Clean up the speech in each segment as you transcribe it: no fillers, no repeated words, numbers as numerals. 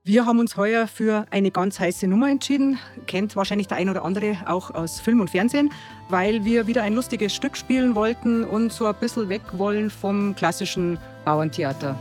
Wir haben uns heuer für eine ganz heiße Nummer entschieden. Kennt wahrscheinlich der ein oder andere auch aus Film und Fernsehen, weil wir wieder ein lustiges Stück spielen wollten und so ein bisschen weg wollen vom klassischen Bauerntheater.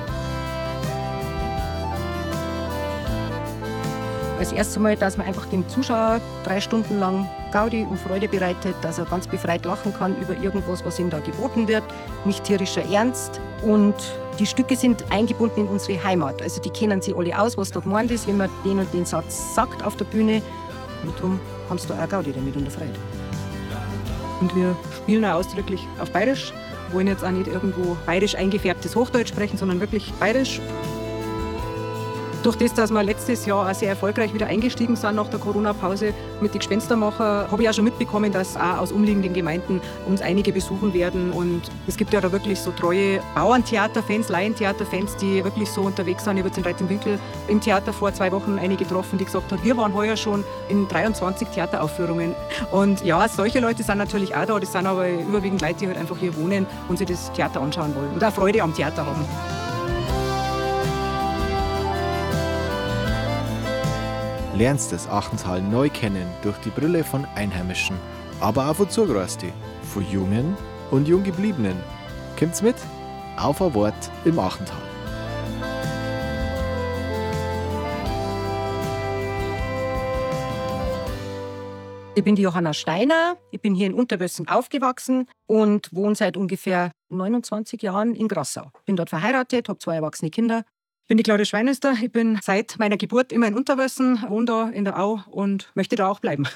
Als erstes Mal, dass man einfach dem Zuschauer 3 Stunden lang Gaudi und Freude bereitet, dass er ganz befreit lachen kann über irgendwas, was ihm da geboten wird. Nicht tierischer Ernst. Und die Stücke sind eingebunden in unsere Heimat. Also die kennen sie alle aus, was da gemeint ist, wenn man den und den Satz sagt auf der Bühne. Und darum haben sie da auch Gaudi damit und der Freude. Und wir spielen auch ausdrücklich auf Bayerisch. Wir wollen jetzt auch nicht irgendwo bayerisch eingefärbtes Hochdeutsch sprechen, sondern wirklich bayerisch. Durch das, dass wir letztes Jahr auch sehr erfolgreich wieder eingestiegen sind nach der Corona-Pause mit den Gespenstermacher, habe ich auch schon mitbekommen, dass auch aus umliegenden Gemeinden uns einige besuchen werden. Und es gibt ja da wirklich so treue Bauerntheaterfans, Laientheaterfans, die wirklich so unterwegs sind. Ich habe jetzt in Reitenwinkel im Theater vor 2 Wochen eine getroffen, die gesagt hat, wir waren heuer schon in 23 Theateraufführungen. Und ja, solche Leute sind natürlich auch da. Das sind aber überwiegend Leute, die halt einfach hier wohnen und sich das Theater anschauen wollen und auch Freude am Theater haben. Lernst das Achenstal neu kennen durch die Brille von Einheimischen, aber auch von Zugereisten, von Jungen und Junggebliebenen. Kommt's mit? Auf ein Wort im Achental. Ich bin die Johanna Steiner, ich bin hier in Unterwössen aufgewachsen und wohne seit ungefähr 29 Jahren in Grassau. Bin dort verheiratet, habe 2 erwachsene Kinder. Ich bin die Claudia Schweinöster. Ich bin seit meiner Geburt immer in Unterwössen, wohne da in der Au und möchte da auch bleiben.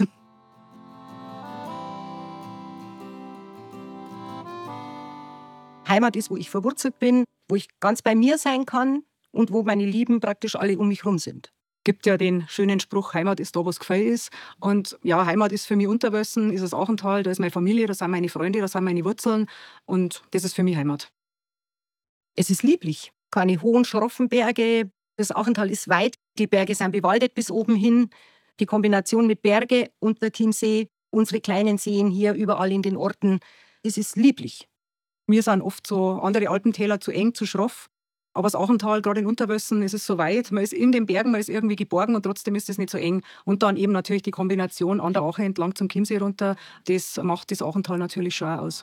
Heimat ist, wo ich verwurzelt bin, wo ich ganz bei mir sein kann und wo meine Lieben praktisch alle um mich herum sind. Es gibt ja den schönen Spruch, Heimat ist da, wo es Gefäll ist. Und ja, Heimat ist für mich Unterwössen, ist das Achental, da ist meine Familie, da sind meine Freunde, da sind meine Wurzeln. Und das ist für mich Heimat. Es ist lieblich. Keine hohen, schroffen Berge. Das Achental ist weit. Die Berge sind bewaldet bis oben hin. Die Kombination mit Berge und der Chiemsee, unsere kleinen Seen hier überall in den Orten, das ist lieblich. Mir sind oft so andere Alpentäler zu eng, zu schroff. Aber das Achental, gerade in Unterwössen, ist es so weit. Man ist in den Bergen, man ist irgendwie geborgen und trotzdem ist es nicht so eng. Und dann eben natürlich die Kombination an der Ache entlang zum Chiemsee runter. Das macht das Achental natürlich schon aus.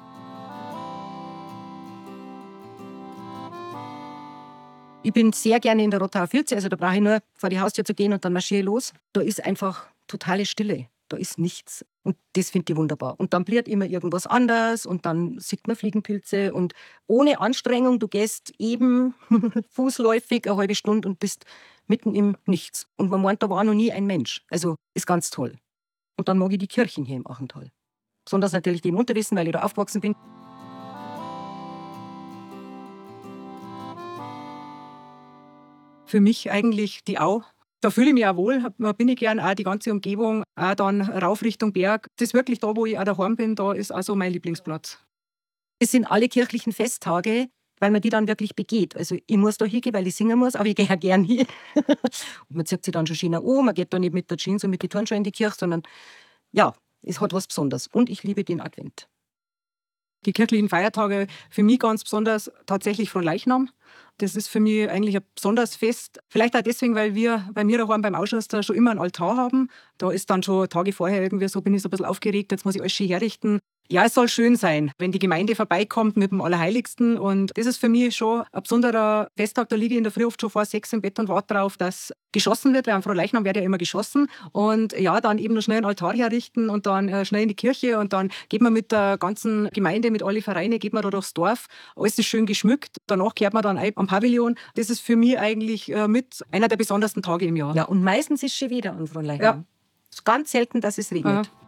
Ich bin sehr gerne in der Rottauer Vilze, also da brauche ich nur vor die Haustür zu gehen und dann marschiere ich los. Da ist einfach totale Stille, da ist nichts. Und das finde ich wunderbar. Und dann bliert immer irgendwas anders und dann sieht man Fliegenpilze und ohne Anstrengung, du gehst eben fußläufig 1/2 Stunde und bist mitten im Nichts. Und man meint, da war noch nie ein Mensch. Also ist ganz toll. Und dann mag ich die Kirchen hier im Achental. Besonders natürlich die im Unterwissen, weil ich da aufgewachsen bin. Für mich eigentlich die Au. Da fühle ich mich auch wohl, da bin ich gern, auch die ganze Umgebung, auch dann rauf Richtung Berg. Das ist wirklich da, wo ich auch daheim bin, da ist also mein Lieblingsplatz. Es sind alle kirchlichen Festtage, weil man die dann wirklich begeht. Also ich muss da hingehen, weil ich singen muss, aber ich gehe ja gern hin. Und man zieht sich dann schon schön an, man geht da nicht mit der Jeans und mit den Turnschuhen in die Kirche, sondern ja, es hat was Besonderes. Und ich liebe den Advent. Die kirchlichen Feiertage für mich ganz besonders tatsächlich Fronleichnam. Das ist für mich eigentlich ein besonderes Fest. Vielleicht auch deswegen, weil wir bei mir daheim beim Ausschuster schon immer einen Altar haben. Da ist dann schon Tage vorher irgendwie so, bin ich so ein bisschen aufgeregt, jetzt muss ich alles schön herrichten. Ja, es soll schön sein, wenn die Gemeinde vorbeikommt mit dem Allerheiligsten. Und das ist für mich schon ein besonderer Festtag. Da liege ich in der Früh oft schon vor 6 im Bett und warte darauf, dass geschossen wird, weil am Fronleichnam wird ja immer geschossen. Und ja, dann eben noch schnell einen Altar herrichten und dann schnell in die Kirche. Und dann geht man mit der ganzen Gemeinde, mit allen Vereinen, geht man da durchs Dorf. Alles ist schön geschmückt. Danach kehrt man dann ein am Pavillon. Das ist für mich eigentlich mit einer der besondersten Tage im Jahr. Ja, und meistens ist schon wieder an Fronleichnam. Ja. Es ist ganz selten, dass es regnet. Ja.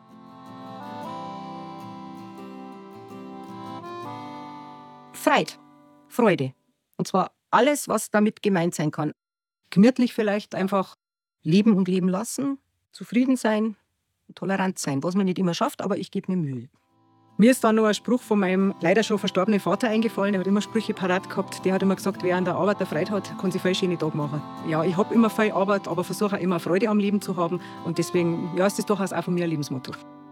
Freude. Und zwar alles, was damit gemeint sein kann. Gemütlich vielleicht einfach. Leben und leben lassen, zufrieden sein, tolerant sein, was man nicht immer schafft, aber ich gebe mir Mühe. Mir ist dann noch ein Spruch von meinem leider schon verstorbenen Vater eingefallen. Er hat immer Sprüche parat gehabt. Der hat immer gesagt, wer an der Arbeit Freude hat, kann sich viel schöne Tage machen. Ja, ich habe immer viel Arbeit, aber versuche auch immer Freude am Leben zu haben. Und deswegen ja, ist das durchaus auch von mir ein Lebensmotto.